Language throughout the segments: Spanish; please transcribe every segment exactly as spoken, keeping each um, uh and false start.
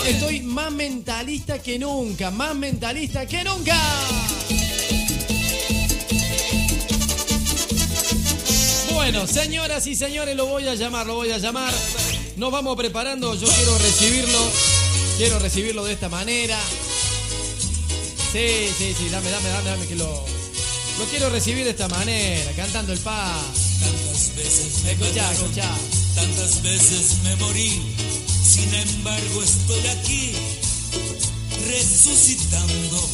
estoy más mentalista que nunca, más mentalista que nunca. Bueno, señoras y señores, lo voy a llamar, lo voy a llamar. Nos vamos preparando, yo quiero recibirlo, quiero recibirlo de esta manera. Sí, sí, sí, dame, dame, dame, dame que lo... Lo quiero recibir de esta manera, cantando el paz. Tantas veces me Escuchá, mataron, escuchá. tantas veces me morí, sin embargo estoy aquí, resucitando.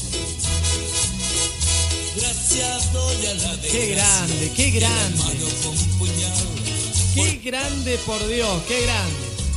Gracias doy a la desgracia. Qué grande, qué grande. La mano con puñal. Qué grande, por Dios, qué grande.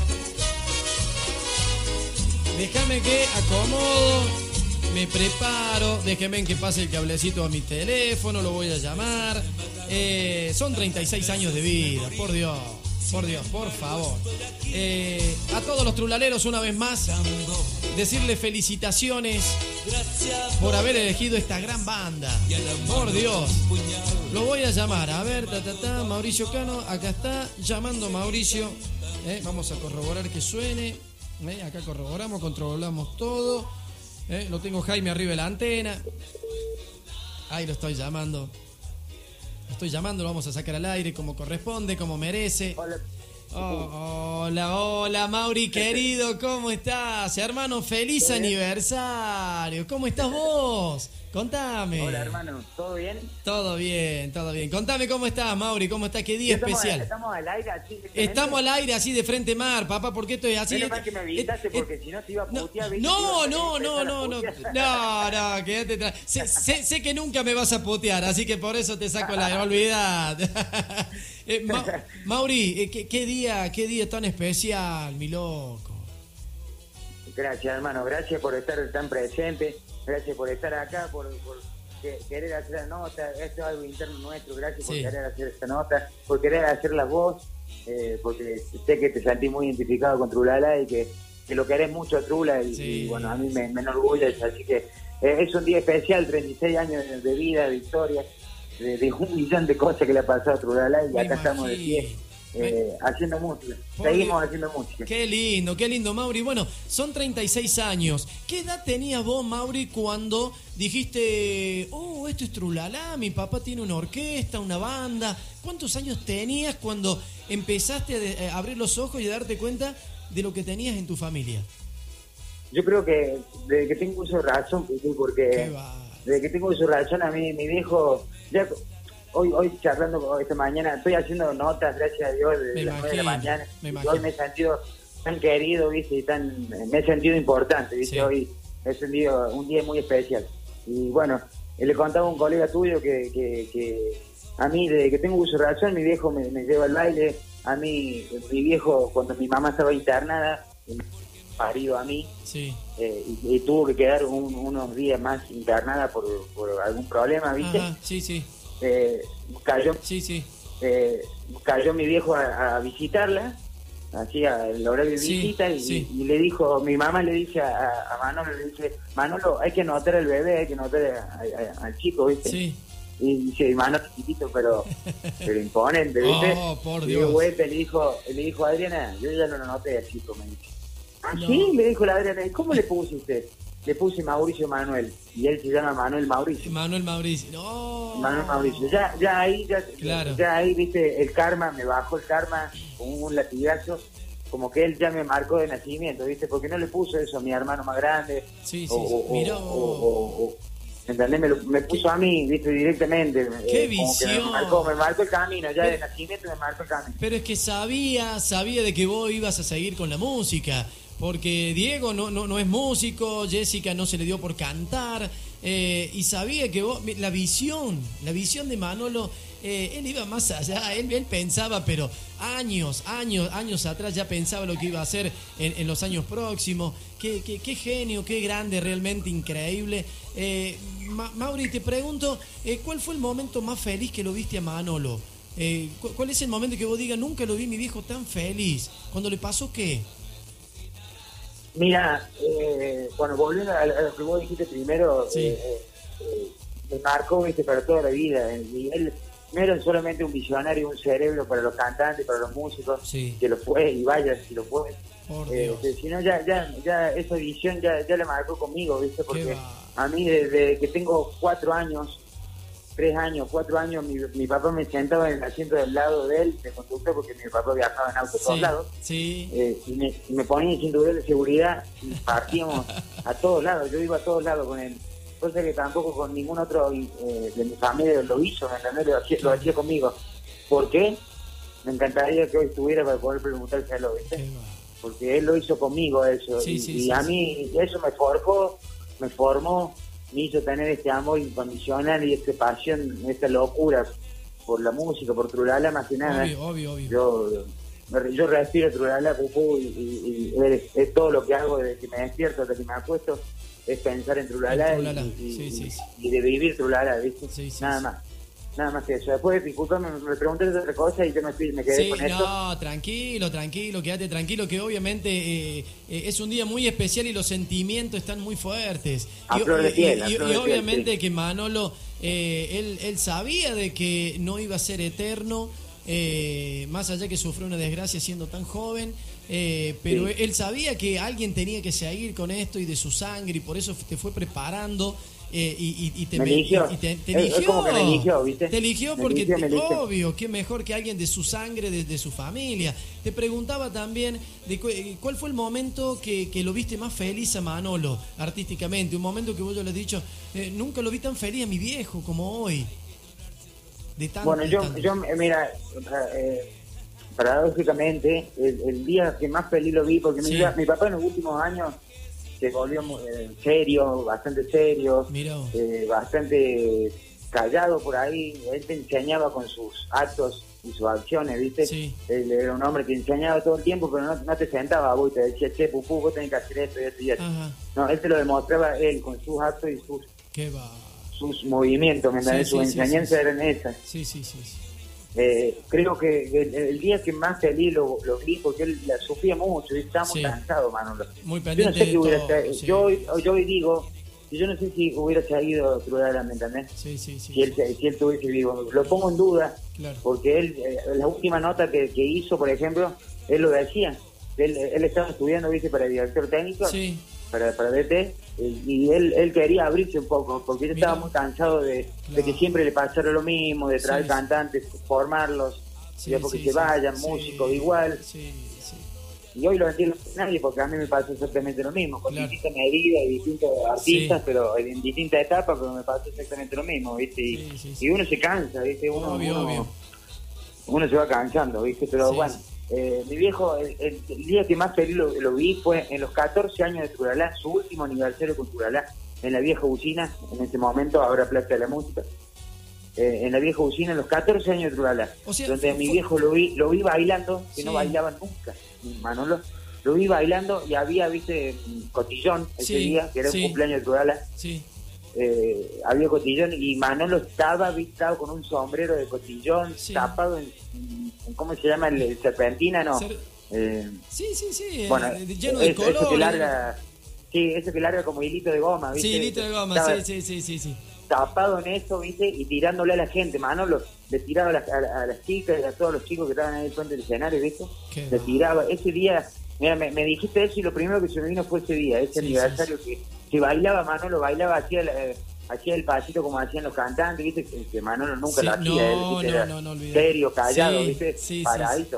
Déjame que acomodo, me preparo, déjeme que pase el cablecito a mi teléfono, lo voy a llamar. Eh, son treinta y seis años de vida, por Dios, por Dios, por favor. Eh, a todos los trulaleros una vez más, decirles felicitaciones por haber elegido esta gran banda. Por Dios. Lo voy a llamar. A ver, ta, ta, ta, Mauricio Cano, acá está, llamando Mauricio. Eh, vamos a corroborar que suene. Eh, acá corroboramos, controlamos todo. Eh, lo tengo Jaime arriba de la antena. Ahí lo estoy llamando. Lo estoy llamando, lo vamos a sacar al aire como corresponde, como merece. Hola. Oh, hola, hola, Mauri, querido, ¿cómo estás? Hermano, feliz aniversario. ¿Cómo estás vos? Contame. Hola, hermano, ¿todo bien? Todo bien, todo bien. Contame cómo estás, Mauri, ¿cómo estás? ¿Qué día estamos, especial? Estamos al aire así. Directamente. Estamos al aire así de frente mar, papá, ¿por qué estoy así? Menos mal que me avisaste, Eh, porque eh, si no te iba a no, putear. ¿viste? No, Te iba no, a no, empezar a no, no, putear. no, no, quédate tra- sé, sé, sé que nunca me vas a putear, así que por eso te saco la olvidad. eh, Ma- Mauri, eh, ¿qué, qué día, qué día tan especial, mi loco. Gracias, hermano, gracias por estar tan presente, gracias por estar acá, por, por que- querer hacer la nota, esto es algo interno nuestro, gracias por Sí. querer hacer esta nota, por querer hacer la voz, eh, porque sé que te sentís muy identificado con Trulala y que, que lo querés mucho a Trula y, Sí. y bueno, a mí me, me enorgullece, así que eh, es un día especial, treinta y seis años de, de vida, de historia, de, de un millón de cosas que le ha pasado a Trulala y Me acá estamos de pie. imagino. Eh, haciendo música, Por seguimos Dios. haciendo música. Qué lindo, qué lindo, Mauri. Bueno, son treinta y seis años. ¿Qué edad tenías vos, Mauri, cuando dijiste, oh, esto es Trulala, mi papá tiene una orquesta, una banda? ¿Cuántos años tenías cuando empezaste a, de- a abrir los ojos y a darte cuenta de lo que tenías en tu familia? Yo creo que desde que tengo uso de razón, porque Qué va. desde que tengo uso de razón a mí, mi viejo, ya hoy hoy charlando con- esta mañana, estoy haciendo notas, gracias a Dios, desde Me las nueve de la imagino, mañana, me y imagino. hoy me he sentido tan querido, ¿viste? Y tan, me he sentido importante, ¿viste? Sí. Hoy es un día, un día muy especial. Y bueno, le contaba a un colega tuyo que, que, que a mí, desde que tengo uso de razón, mi viejo me, me lleva al baile, a mí, mi viejo, cuando mi mamá estaba internada, me parido a mí, Sí. eh, y, y tuvo que quedar un- unos días más internada por, por algún problema, ¿viste? Ajá, sí, sí, Eh, cayó, sí, sí. eh, cayó mi viejo a, a visitarla, hacía el horario de Sí, visita y, sí. y le dijo, mi mamá le dice a, a Manolo, le dice, Manolo, hay que anotar al bebé, hay que anotar a- a- a- al chico, ¿viste? Sí. Y dice, Manolo chiquitito, pero, pero imponente, ¿viste? Oh, por Y Dios. de vuelta le dijo, le dijo, Adriana, yo ya no lo anoté al chico, me dice. Ah, No. sí, le dijo la Adriana, ¿y cómo le puse usted? Le puse Mauricio Manuel, y él se llama Manuel Mauricio. Manuel Mauricio. No. Manuel Mauricio, ya, ya ahí, ya, Claro. ya ahí, viste, el karma, me bajó el karma con un latigazo, como que él ya me marcó de nacimiento, viste, porque no le puso eso a mi hermano más grande, Sí, sí, o, sí. o- Mirá o- vos. o- o- ¿entendés? Me, lo- me puso a mí, viste, directamente, ¡Qué eh, como que me visión! marcó, me marcó el camino, ya Pero- de nacimiento me marcó el camino. Pero es que sabía, sabía de que vos ibas a seguir con la música. Porque Diego no, no, no es músico, Jessica no se le dio por cantar. eh, y sabía que vos, la visión, la visión de Manolo, eh, él iba más allá, él, él pensaba, pero años, años, años atrás ya pensaba lo que iba a hacer en, en los años próximos. Qué, qué, qué genio, qué grande, realmente increíble. Eh, Ma- Mauri, te pregunto, eh, ¿cuál fue el momento más feliz que lo viste a Manolo? Eh, ¿cu- ¿Cuál es el momento que vos digas, nunca lo vi mi viejo tan feliz? ¿Cuando le pasó qué? Mira, eh, bueno, volviendo a, a lo que vos dijiste primero, Sí. eh, eh, me marcó, viste, para toda la vida. Y él no era solamente un visionario, un cerebro para los cantantes, para los músicos, Sí. que lo fue, y vaya, si lo fue. Por Eh, Dios. si no, ya, ya, ya esa visión ya, ya la marcó conmigo, ¿viste? Porque va. a mí desde que tengo cuatro años, tres años, cuatro años, mi, mi papá me sentaba en el asiento del lado de él, de conductor, porque mi papá viajaba en auto a todos Sí, lados. sí. Eh, y, me, y me ponía el cinturón de seguridad y partíamos a todos lados. Yo iba a todos lados con él. Cosa que tampoco con ningún otro eh, de mi familia lo hizo, ¿me entendés? Lo hacía, lo hacía conmigo. ¿Por qué? Me encantaría que hoy estuviera para poder preguntárselo, ¿viste? Qué va. Porque él lo hizo conmigo eso. Sí, y sí, y sí, a sí. mí eso me forjó, me formó, me hizo tener este amor incondicional y esta pasión, esta locura por la música, por Trulala, más que nada. Obvio, obvio, obvio. Yo, yo respiro Trulala, pupú, y, y, y es, es todo lo que hago desde que me despierto hasta que me acuesto, es pensar en Trulala, En Trulala, y, y, sí, sí, sí. y de vivir Trulala, ¿viste? Sí, sí, nada sí. más. Nada más que eso. Después, disculpame, me, me pregunté otra cosa y yo me, fui, me quedé Sí, con esto. no, tranquilo, tranquilo, quédate tranquilo, que obviamente eh, eh, es un día muy especial y los sentimientos están muy fuertes. A y, flor de y- piel, y- a y- flor y de piel, obviamente sí. que Manolo, eh, él, él sabía de que no iba a ser eterno, eh, más allá que sufrió una desgracia siendo tan joven, eh, pero Sí. él sabía que alguien tenía que seguir con esto y de su sangre y por eso te fue preparando. Eh, y, y- y te Me me- eligió. y te, te Es- es eligió. como que me eligió, ¿viste? Te eligió Me porque, eligió, me te- eligió. obvio, qué mejor que alguien de su sangre, de, de su familia. Te preguntaba también de cu- eh, cuál fue el momento que, que lo viste más feliz a Manolo, artísticamente. Un momento que vos yo le has dicho, eh, nunca lo vi tan feliz a mi viejo como hoy. De tanto, Bueno, de yo, tanto. yo eh, mira, eh, paradójicamente, el, el día que más feliz lo vi, porque mi, Sí. vida- mi papá en los últimos años se volvió muy, eh, serio, bastante serio, Mirá vos. eh, bastante callado por ahí. Él te enseñaba con sus actos y sus acciones, ¿viste? Sí. Él era un hombre que enseñaba todo el tiempo, pero no, no te sentaba a vos y te decía, che, pupú, vos tenés que hacer esto y esto y esto. Ajá. No, él te lo demostraba él con sus actos y sus, Qué va. sus movimientos, ¿me Sí, entendés? sí, Sus sí, enseñanzas sí, sí. eran esas. Sí, sí, sí. sí. Eh, creo que el, el día que más feliz lo, lo vi, porque él la sufría mucho y estaba muy Sí. cansado, Manolo. Muy Yo no pendiente sé de qué hubiera todo, sa- sí. yo, hoy, yo hoy digo, yo no sé si hubiera seguido Trulala, ¿me entendés? Sí, sí, sí. Si él, si él estuviese vivo. Lo pongo en duda, Claro. porque él, eh, la última nota que, que hizo, por ejemplo, él lo decía. Él, él estaba estudiando, viste, para director técnico, Sí. para, para D T, eh, y él, él quería abrirse un poco, porque él Mira. estaba muy cansado de, de Claro. que siempre le pasara lo mismo, de traer Sí. cantantes, formarlos, Sí, y después sí, que se sí, vayan, sí, músicos igual. Sí, sí. Y hoy lo entiendo a nadie, porque a mí me pasó exactamente lo mismo, con Claro. distintas medidas y distintos artistas, Sí. pero en distintas etapas, pero me pasó exactamente lo mismo, ¿viste? Y, Sí, sí, sí. y uno se cansa, ¿viste? Uno, Obvio, uno, obvio. uno se va cansando, ¿viste? Pero Sí, bueno, sí. eh, mi viejo, el, el- el día que más feliz lo, lo vi fue en los catorce años de Trulala, su último aniversario con Trulala, en la vieja usina, en ese momento, ahora Plaza de la Música. Eh, en la vieja usina, en los catorce años de Trulala, O sea, donde fue- mi viejo lo vi lo vi bailando, que Sí. no bailaba nunca, mi Manolo, lo vi bailando y había, viste, cotillón ese Sí, día, que era sí. un cumpleaños de Trulala, Sí. eh, había cotillón y Manolo estaba vistado con un sombrero de cotillón, Sí. tapado en, en- ¿cómo se llama? El, el serpentina, ¿no? Ser- Eh, Sí, sí, sí. bueno, eh, lleno de eso, eso color. que larga, sí, eso que larga como hilito de goma, ¿viste? Sí, litro de goma, Estaba sí, sí, sí, sí, sí. tapado en eso, ¿viste? Y tirándole a la gente, Manolo le tiraba a las, a, a las chicas y a todos los chicos que estaban ahí frente del escenario, ¿viste? Qué Le va. tiraba. Ese día, mira, me, me dijiste eso y lo primero que se me vino fue ese día, ese Sí, aniversario que, que bailaba Manolo, bailaba, hacía, la- eh, hacía el pasito como hacían los cantantes, ¿viste? Que, que Manolo nunca Sí, lo hacía, no, él, ¿viste? no, Era no, no olvidé. serio, callado, Sí, ¿viste? sí, sí, Paradito.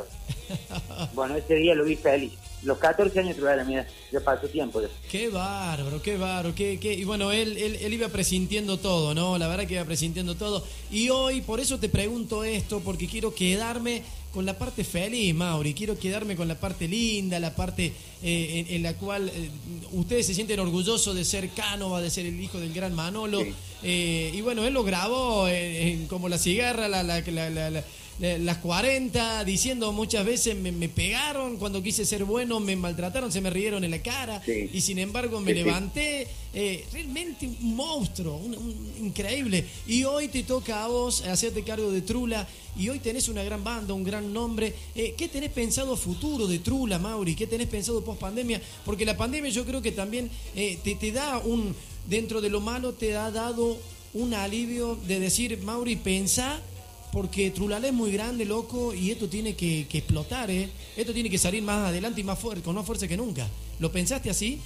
Bueno, ese día lo vi feliz. Los catorce años de mira, ya pasó tiempo. ya. Qué bárbaro, qué bárbaro, qué, qué... Y bueno, él, él, él iba presintiendo todo, ¿no? La verdad que iba presintiendo todo. Y hoy, por eso te pregunto esto, porque quiero quedarme con la parte feliz, Mauri. Quiero quedarme con la parte linda, la parte eh, en, en la cual eh, ustedes se sienten orgullosos de ser Cánova, de ser el hijo del gran Manolo. Sí. Eh, y bueno, él lo grabó en, en como la cigarra, la... la, la, la, la las cuarenta, diciendo muchas veces me, me pegaron cuando quise ser bueno, me maltrataron, se me rieron en la cara, Sí. y sin embargo me Sí, sí. levanté. Eh, realmente un monstruo, un, un- increíble. Y hoy te toca a vos hacerte cargo de Trula, y hoy tenés una gran banda, un gran nombre. Eh, ¿Qué tenés pensado a futuro de Trula, Mauri? ¿Qué tenés pensado post pandemia? Porque la pandemia yo creo que también eh, te, te da un, dentro de lo malo, te ha dado un alivio de decir, Mauri, pensá porque Trulalá es muy grande, loco, y esto tiene que, que explotar, ¿eh? Esto tiene que salir más adelante y más fuerte, con más fuerza que nunca. ¿Lo pensaste así?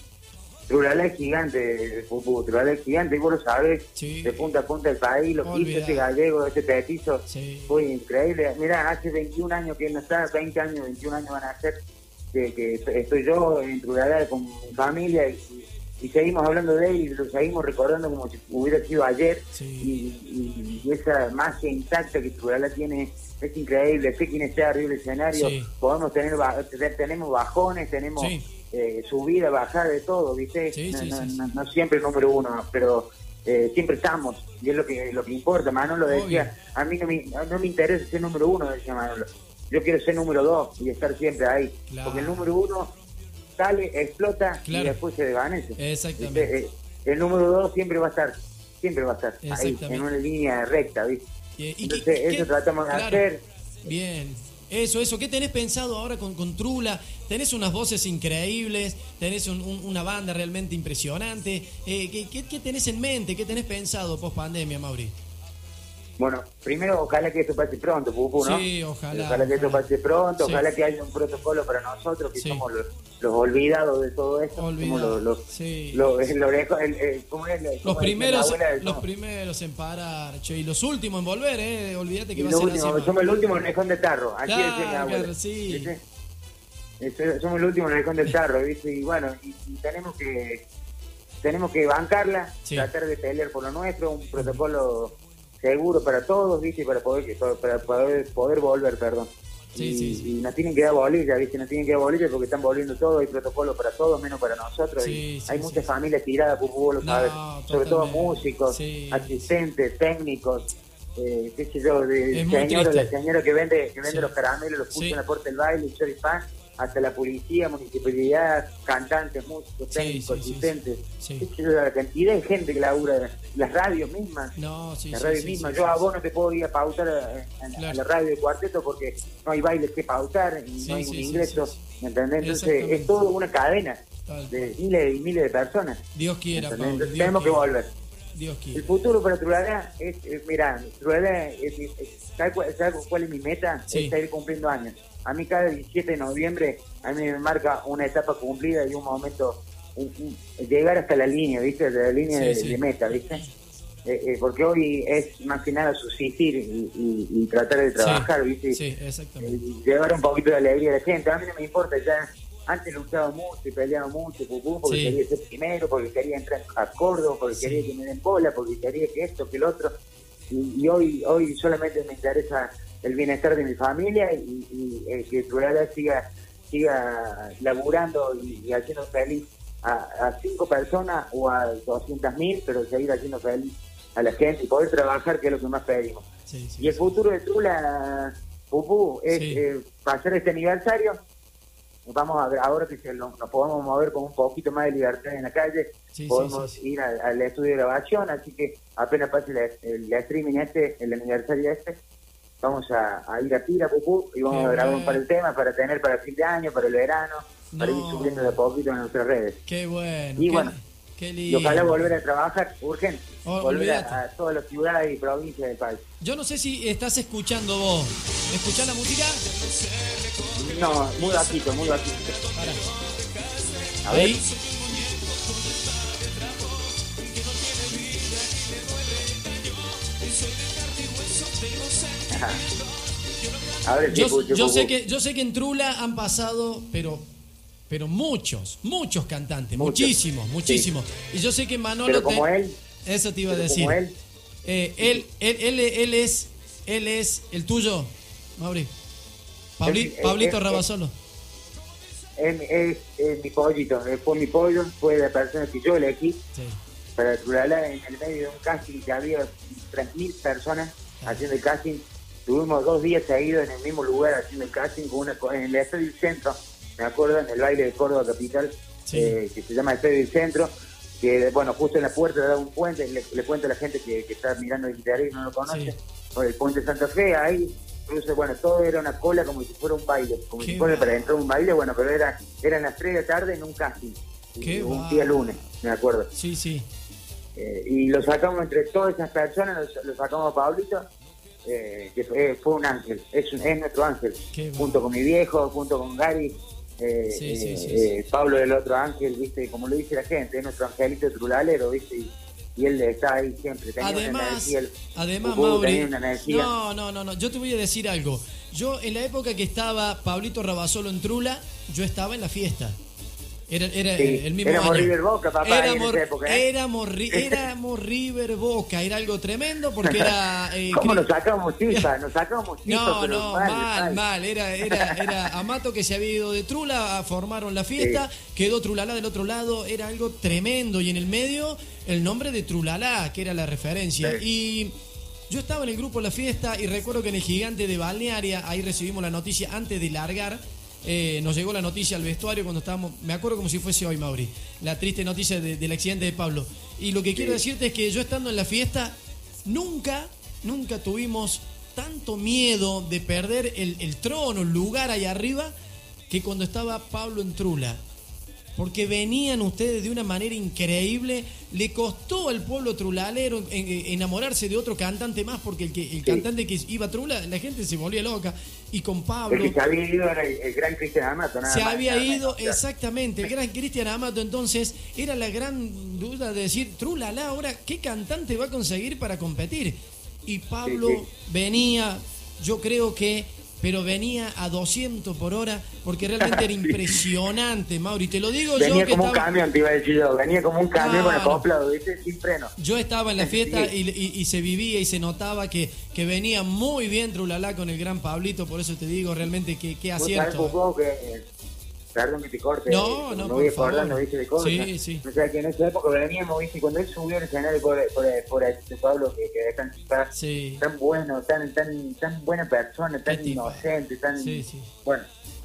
Trulalá es gigante, Pupu, Trulalá es gigante, y vos lo sabés, Sí. de punta a punta del país, lo que hizo ese gallego, ese petizo, Sí. fue increíble. Mirá, hace veintiún años que no está, veinte años, veintiún años van a ser, que, que estoy yo en Trulalá con mi familia, y, y seguimos hablando de él, y lo seguimos recordando como si hubiera sido ayer, Sí. y, y, y esa magia intacta que Trulalá tiene es increíble. Sé quien esté arriba del escenario, Sí. podemos tener, tenemos bajones, tenemos... Sí. Eh, subida, bajar de todo, ¿viste? Sí, no, sí, no, sí, no, no siempre el número uno, pero eh, siempre estamos, y es lo que lo que importa. Manolo decía, Obvio. a mí no me, no me interesa ser número uno, decía Manolo. Yo quiero ser número dos y estar siempre ahí. Claro. Porque el número uno sale, explota Claro. y después se desvanece. Exactamente. ¿Viste? Eh, el número dos siempre va a estar, siempre va a estar ahí, Exactamente. en una línea recta, ¿viste? Y- y- Entonces, ¿qué- eso qué- tratamos de claro. hacer. Bien. Eso, eso. ¿Qué tenés pensado ahora con, con Trula? Tenés unas voces increíbles, tenés un- un- una banda realmente impresionante. Eh, ¿qué, qué, qué tenés en mente? ¿Qué tenés pensado post pandemia, Mauri? Bueno, primero ojalá que esto pase pronto, Pupu, ¿no? Sí, ojalá, Ojalá que esto ojalá. pase pronto, Sí. ojalá que haya un protocolo para nosotros, que Sí. somos los, los olvidados de todo esto. Olvidado. Somos los, los, Sí. los, el orejo- el- el- ¿cómo es? Los ¿Cómo es? primeros, La abuela del- los primeros en parar, che, y los últimos en volver, eh. Olvídate que y va a lo ser último, así. somos el último orejón de tarro, así Claro, decía mi abuela. claro, sí. ¿Viste? Este, somos el último orejón del tarro, ¿viste? Y bueno, y, y tenemos que tenemos que bancarla, Sí. tratar de pelear por lo nuestro, un protocolo seguro para todos, ¿viste? Para poder para poder, poder volver, perdón. Sí, y, sí, sí. y nos tienen que dar bolilla, ¿viste? Nos tienen que dar bolilla porque están volviendo todo, hay protocolo para todos, menos para nosotros. Sí, y sí, hay sí, muchas sí. familias tiradas, por vos lo No, sabes. Sobre todo totalmente. músicos, Sí. asistentes, técnicos, eh, qué sé yo, de Es muy señora, triste. la señora que vende, que vende Sí. los caramelos, los puso Sí. en la puerta del baile, el choripán, hasta la policía, municipalidad, cantantes, músicos, Sí, técnicos, sí, sí, asistentes. sí. Qué sé yo, la cantidad de gente que labura, las radios mismas. No, sí, La sí, radio sí, misma, sí, yo sí, a sí. vos no te puedo ir a pautar a, a- a Claro. la radio de cuarteto porque no hay bailes que pautar y Sí, no hay sí, un sí, ingreso, sí, sí. ¿me entendés? Entonces Exactamente. es todo una cadena Tal de cual. miles y miles de personas. Dios quiera, ¿entendés? Pablo. Entonces Dios tenemos que quiera. volver. Dios El quiera. futuro para Trulalá es, es mira, Trulalá, es, es, ¿sabes cuál, sabes cuál es mi meta? Sí. Es seguir cumpliendo años. A mí cada diecisiete de noviembre, a mí me marca una etapa cumplida y un momento, un- un- llegar hasta la línea, ¿viste? De la línea Sí, de, sí. de meta, ¿viste? Eh, eh, porque hoy es más que nada subsistir y, y- y tratar de trabajar, ¿viste? Sí, exactamente. Eh, llevar un poquito de alegría a la gente. A mí no me importa ya. Antes luchaba mucho y peleaba mucho, Pupu, porque Sí. quería ser primero, porque quería entrar a Córdoba, porque Sí. quería que me den bola, porque quería que esto, que el otro. Y, y hoy hoy solamente me interesa el bienestar de mi familia y, y, eh, que Trulalá siga siga laburando y, y haciendo feliz a, a cinco personas o a doscientas mil, pero seguir haciendo feliz a la gente y poder trabajar, que es lo que más pedimos. Sí, sí, Y el futuro de Trula, Pupu, es Sí. eh, pasar este aniversario. Vamos a ver, ahora que se lo- nos podemos mover con un poquito más de libertad en la calle, Sí, sí, podemos sí, sí. ir al, al estudio de grabación, así que apenas pase la- el, el streaming este, el aniversario este, vamos a, a ir a Pira, Pupu, y vamos Qué a grabar bueno. un par de temas para tener para fin de año, para el verano, para No. ir subiendo de a poquito en nuestras redes. Qué bueno. Y qué, bueno, qué Y lindo. ojalá volver a trabajar urgente, Oh, volver olvídate. a, a todas las ciudades y provincias del país. Yo no sé si estás escuchando vos. ¿Escuchás la música? No, muy bajito, muy bajito. Pará. A ver. Ahí. A ver, Yo, escucho, yo Pupu. sé que yo sé que en Trula han pasado, pero pero muchos, muchos cantantes, Muchos. muchísimos, muchísimos. Y yo sé que Manolo Pero como te- él, eso te iba a pero decir. como él, Eh, él, él, él, él es él es el tuyo, Mauri. Pabli- Es- es- Pablito es- Rabasolo. es, es, es mi pollito, eh, fue mi pollo, fue la persona que yo elegí Sí. para Trulalá en el medio de un casting que había tres mil personas haciendo el casting. Tuvimos dos días seguidos en el mismo lugar haciendo el casting con una, con- en el Estadio del Centro, me acuerdo, en el baile de Córdoba Capital, Sí. eh, que se llama Estadio del Centro, que bueno, justo en la puerta da un puente, le, le cuento a la gente que, que está mirando el internet y no lo conoce, Sí. por el puente de Santa Fe, ahí, incluso, bueno, todo era una cola como si fuera un baile, como Qué si fuera va- para entrar a un baile, bueno, pero era eran las tres de la tarde en un casting, Qué y un va- día lunes, me acuerdo. Sí, sí. Eh, y lo sacamos entre todas esas personas, lo, lo sacamos a Pablito, eh, que fue, fue un ángel, es, un, es nuestro ángel, Qué junto con mi viejo, junto con Gary, eh, Sí, sí, eh, sí, eh, Pablo el otro ángel, viste, como lo dice la gente, es nuestro angelito trulalero, viste, y, y él está ahí siempre, tenía una Además, energía, el además Pupú Mauri, tenía una energía. no, no, no, no, yo te voy a decir algo. Yo, en la época que estaba Pablito Rabasolo en Trula, yo estaba en la fiesta. Era, era Sí, el mismo éramos año. River Boca, papá, éramos, en esa época, ¿eh? éramos, ri- éramos River Boca, era algo tremendo porque era... Eh, ¿Cómo cri- nos sacábamos chispa? Nos sacábamos chispa, No, pero no, mal, mal, mal. mal. Era, era, era Amato que se había ido de Trula, formaron la fiesta, Sí. quedó Trulalá del otro lado, era algo tremendo. Y en el medio, el nombre de Trulalá, que era la referencia. Sí. Y yo estaba en el grupo La Fiesta y recuerdo que en el Gigante de Balnearia, ahí recibimos la noticia antes de largar. Eh, nos llegó la noticia al vestuario cuando estábamos, me acuerdo como si fuese hoy, Mauri, la triste noticia de- del accidente de Pablo. Y lo que quiero decirte es que yo estando en la fiesta, nunca, nunca tuvimos tanto miedo de perder el, el trono, el lugar ahí arriba, que cuando estaba Pablo en Trula. Porque venían ustedes de una manera increíble. Le costó al pueblo trulalero en- en- enamorarse de otro cantante más, porque el, que, el Sí. cantante que iba a Trula, la gente se volvía loca. Y con Pablo... El que se había ido era el, el gran Cristian Amato, nada Se más, había nada ido, menos, claro. exactamente, el gran Cristian Amato. Entonces era la gran duda de decir, Trulala, ahora, ¿qué cantante va a conseguir para competir? Y Pablo Sí, sí. venía, yo creo que, pero venía a doscientos por hora, porque realmente era impresionante, Mauri. Te lo digo Venía yo que como un estaba... camión, te iba a decir yo. Venía como un camión No, con no. acoplado, ¿viste? Sin freno. Yo estaba en la fiesta Sí. y, y- y se vivía y se notaba que, que venía muy bien Trulala con el gran Pablito, por eso te digo realmente que, que Vos sabés, acierto. Pupú, que... eh, perdón que te corte. No, eh, no, me por voy favor. acordando, ¿viste? De cosas. Sí, sí. O sea, que en esa época veníamos, ¿viste? Cuando él subió al escenario por, por, por este Pablo, que, que dejan estar Sí. tan bueno, tan, tan, tan buena persona, tan Qué tipo. inocente, tan... Sí, sí. Bueno,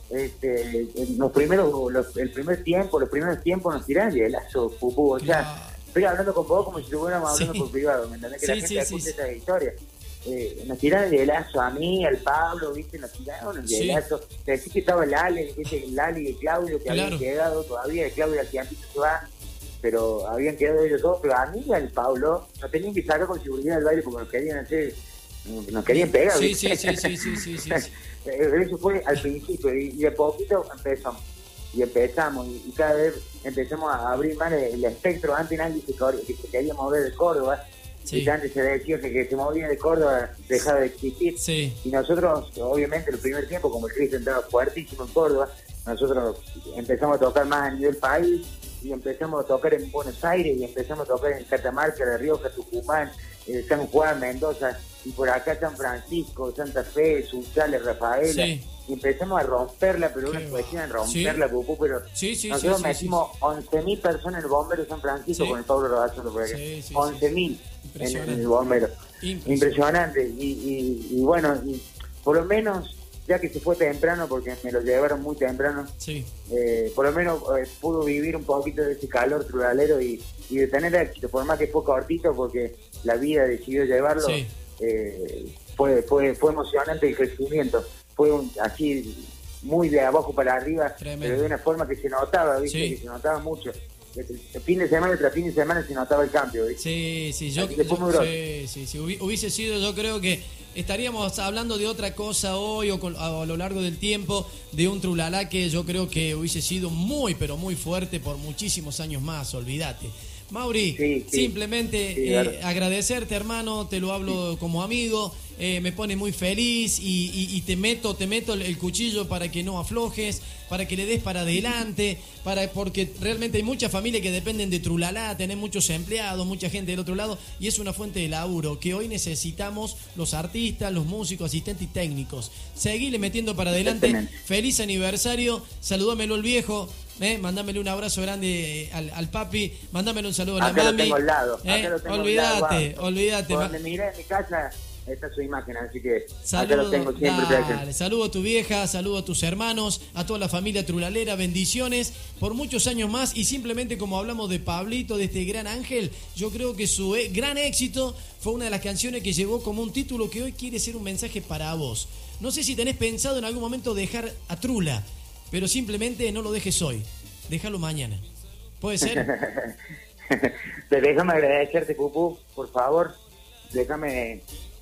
este, en los primeros, los- el primer tiempo, los primeros tiempos nos tiraban hielazo, Pupú. O sea, Claro. estoy hablando con vos como si estuviéramos hablando Sí. por privado, ¿me entendés? Que Sí, la gente sí, escuche sí, sí. esta historia. Eh, nos tiraron el hielazo a mí, al Pablo, ¿viste? Nos tiraron el Sí. hielazo. Te decís que estaba el Ale, ¿viste? El Ale y el Claudio, que Claro. habían quedado todavía, el Claudio al tiempito se va, pero habían quedado ellos dos, pero a mí y al Pablo nos tenían que sacar con seguridad del baile porque nos querían hacer, nos querían pegar, Sí, ¿viste? sí, sí, sí, sí, sí, sí, sí. Eso fue al principio y, y de poquito empezamos. Y empezamos, y, y cada vez empezamos a abrir más el, el espectro. Antes nadie se, cor- que se quería mover de Córdoba. Sí. Y antes se decía que, que se movía de Córdoba dejaba de existir. Sí. Y nosotros, obviamente, el primer tiempo, como el Cristo entraba fuertísimo en Córdoba, nosotros empezamos a tocar más a nivel país y empezamos a tocar en Buenos Aires y empezamos a tocar en Catamarca, La Rioja, Tucumán, eh, San Juan, Mendoza y por acá San Francisco, Santa Fe, Sunchales, Rafaela. Sí. Y empezamos a romperla, pero Qué una va. cuestión de romperla, Pupú, pero Sí, sí, nosotros sí, sí, metimos once mil personas en el bombero de San Francisco Sí. con el Pablo Rodazolo por acá. Sí, sí, sí, once mil sí. en, Impresionante. en el bombero. Impresionante. Impresionante. Y, y, y bueno, y por lo menos, ya que se fue temprano, porque me lo llevaron muy temprano, Sí. eh, por lo menos eh, pudo vivir un poquito de ese calor trulalero y, y de tener éxito, por más que fue cortito, porque la vida decidió llevarlo. Sí. eh, fue, fue, fue emocionante el crecimiento. Fue un, así muy de abajo para arriba, Tremendo. pero de una forma que se notaba, ¿viste? Sí. Que se notaba mucho. El fin de semana tras fin de semana se notaba el cambio, ¿viste? Sí, sí, yo, Así que fue yo- muy grosso. sí, sí, sí, hubi- hubiese sido, yo creo que estaríamos hablando de otra cosa hoy o con- a, a lo largo del tiempo, de un Trulalá que yo creo que hubiese sido muy, pero muy fuerte por muchísimos años más, olvídate. Mauri, Sí, sí. simplemente Sí, eh, claro. agradecerte, hermano, te lo hablo como amigo, eh, me pone muy feliz y, y- y te meto, te meto el, el cuchillo para que no aflojes, para que le des para adelante, para porque realmente hay muchas familias que dependen de Trulalá, tenés muchos empleados, mucha gente del otro lado y es una fuente de laburo que hoy necesitamos los artistas, los músicos, asistentes y técnicos. Seguile metiendo para adelante. Exactamente. Feliz aniversario, saludámelo al viejo. Eh, mandámele un abrazo grande eh, al, al papi, mandámele un saludo a la Acá lo mami. tengo al lado. Eh, Acá lo tengo olvídate, al lado. olvídate. Por ma- donde miré en mi casa está su imagen, así que acá Saludo, lo tengo siempre dale, presente. saludo a tu vieja, saludo a tus hermanos, a toda la familia trulalera, bendiciones por muchos años más y simplemente como hablamos de Pablito, de este gran ángel, yo creo que su e- gran éxito fue una de las canciones que llevó como un título que hoy quiere ser un mensaje para vos. No sé si tenés pensado en algún momento dejar a Trula, pero simplemente no lo dejes hoy, déjalo mañana. ¿Puede ser? Te déjame agradecerte, Pupú, por favor. Déjame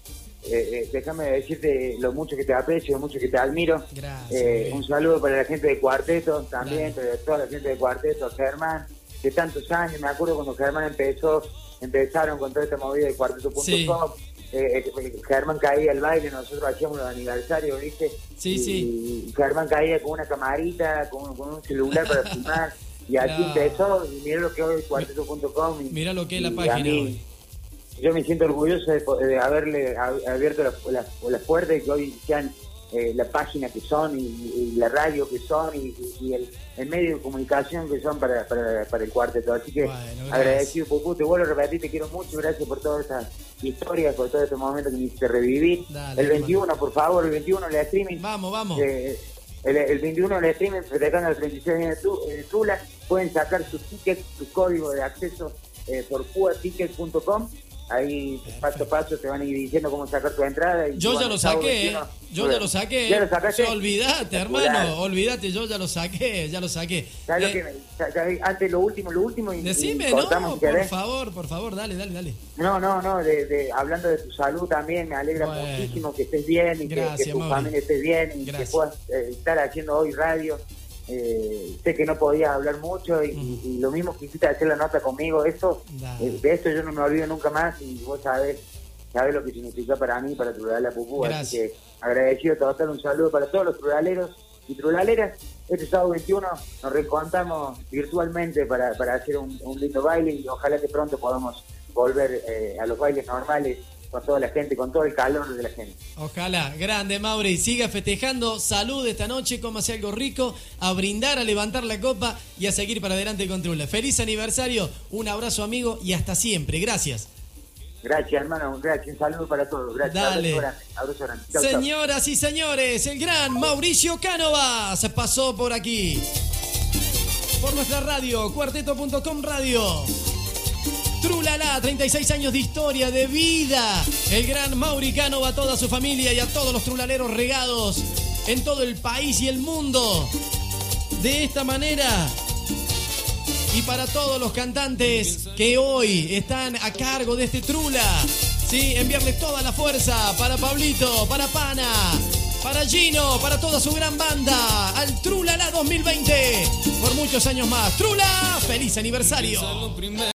eh, déjame decirte lo mucho que te aprecio, lo mucho que te admiro. Gracias. Eh, un saludo para la gente de Cuarteto también, Claro. para toda la gente de Cuarteto, Germán, de tantos años. Me acuerdo cuando Germán empezó, empezaron con toda esta movida de cuarteto punto com. Sí. Eh, eh, Germán caía al baile, nosotros hacíamos los aniversarios, ¿viste? Sí, y, sí. y Germán caía con una camarita, con, con un celular para filmar. Y así Claro. empezó, y mira lo que hoy es cuarteto punto com. y- Mirá lo que es la y a página mí, hoy. yo me siento orgulloso de, po- de haberle ab- abierto las, las, las puertas y que hoy sean eh, la página que son y, y la radio que son y, y el, el medio de comunicación que son para, para, para el cuarteto. Así que Bueno, gracias. agradecido, Pupu, te vuelvo a repetir, te quiero mucho, gracias por todas estas historias, por todo este momento que me hiciste revivir. Dale, el veintiuno, hermano. por favor, el veintiuno, el streaming. Vamos, vamos. Eh, el, el veintiuno el streaming, festejando el treinta y seis años de Tu- de Tula, pueden sacar sus tickets, su código de acceso eh, por pua ticket punto com. Ahí paso a paso te van a ir diciendo cómo sacar tu entrada. Y, Yo bueno, ya lo sábado saqué, ¿eh? veintiuno, Yo ya lo saqué. ¿Ya lo sacaste? Sí, olvidate, Espectacular. hermano. Olvidate, yo ya lo saqué, ya lo saqué. ¿Sabes Eh, lo que me- sabes? Antes lo último, lo último y, Decime, y no, cortamos si por querés. favor, por favor, dale, dale, dale. No, no, no, de, de, hablando de tu salud también, me alegra Bueno. muchísimo que estés bien y que- Gracias, que, tu Mauri. familia esté bien y Gracias. que puedas eh, estar haciendo hoy radio. Eh, sé que no podías hablar mucho y, Mm. y lo mismo que hiciste hacer la nota conmigo, eso, Dale. eh, de esto yo no me olvido nunca más y vos sabés, sabés lo que significa para mí, para Trural la Pupú, así Gracias. que agradecido total, un saludo para todos los truraleros y trulaleras. Este sábado veintiuno nos reencontramos virtualmente para, para hacer un, un lindo baile y ojalá que pronto podamos volver eh, a los bailes normales con toda la gente, con todo el calor de la gente. Ojalá, grande Mauri, siga festejando, salud esta noche, cómase algo rico, a brindar, a levantar la copa y a seguir para adelante con Trula. Feliz aniversario, un abrazo amigo y hasta siempre, gracias. Gracias, hermano, gracias, un saludo para todos, gracias. Dale. Abrazo grande, abrazo grande. Chau, chau. Señoras y señores, el gran Mauricio Cánovas se pasó por aquí. Por nuestra radio, cuarteto punto com Radio. Trulala, treinta y seis años de historia, de vida. El gran Mauri Cánova, a toda su familia y a todos los trulaleros regados en todo el país y el mundo. De esta manera. Y para todos los cantantes que hoy están a cargo de este Trula, ¿sí? Enviarles toda la fuerza para Pablito, para Pana, para Gino, para toda su gran banda, al Trulala dos mil veinte, por muchos años más. Trula, feliz aniversario.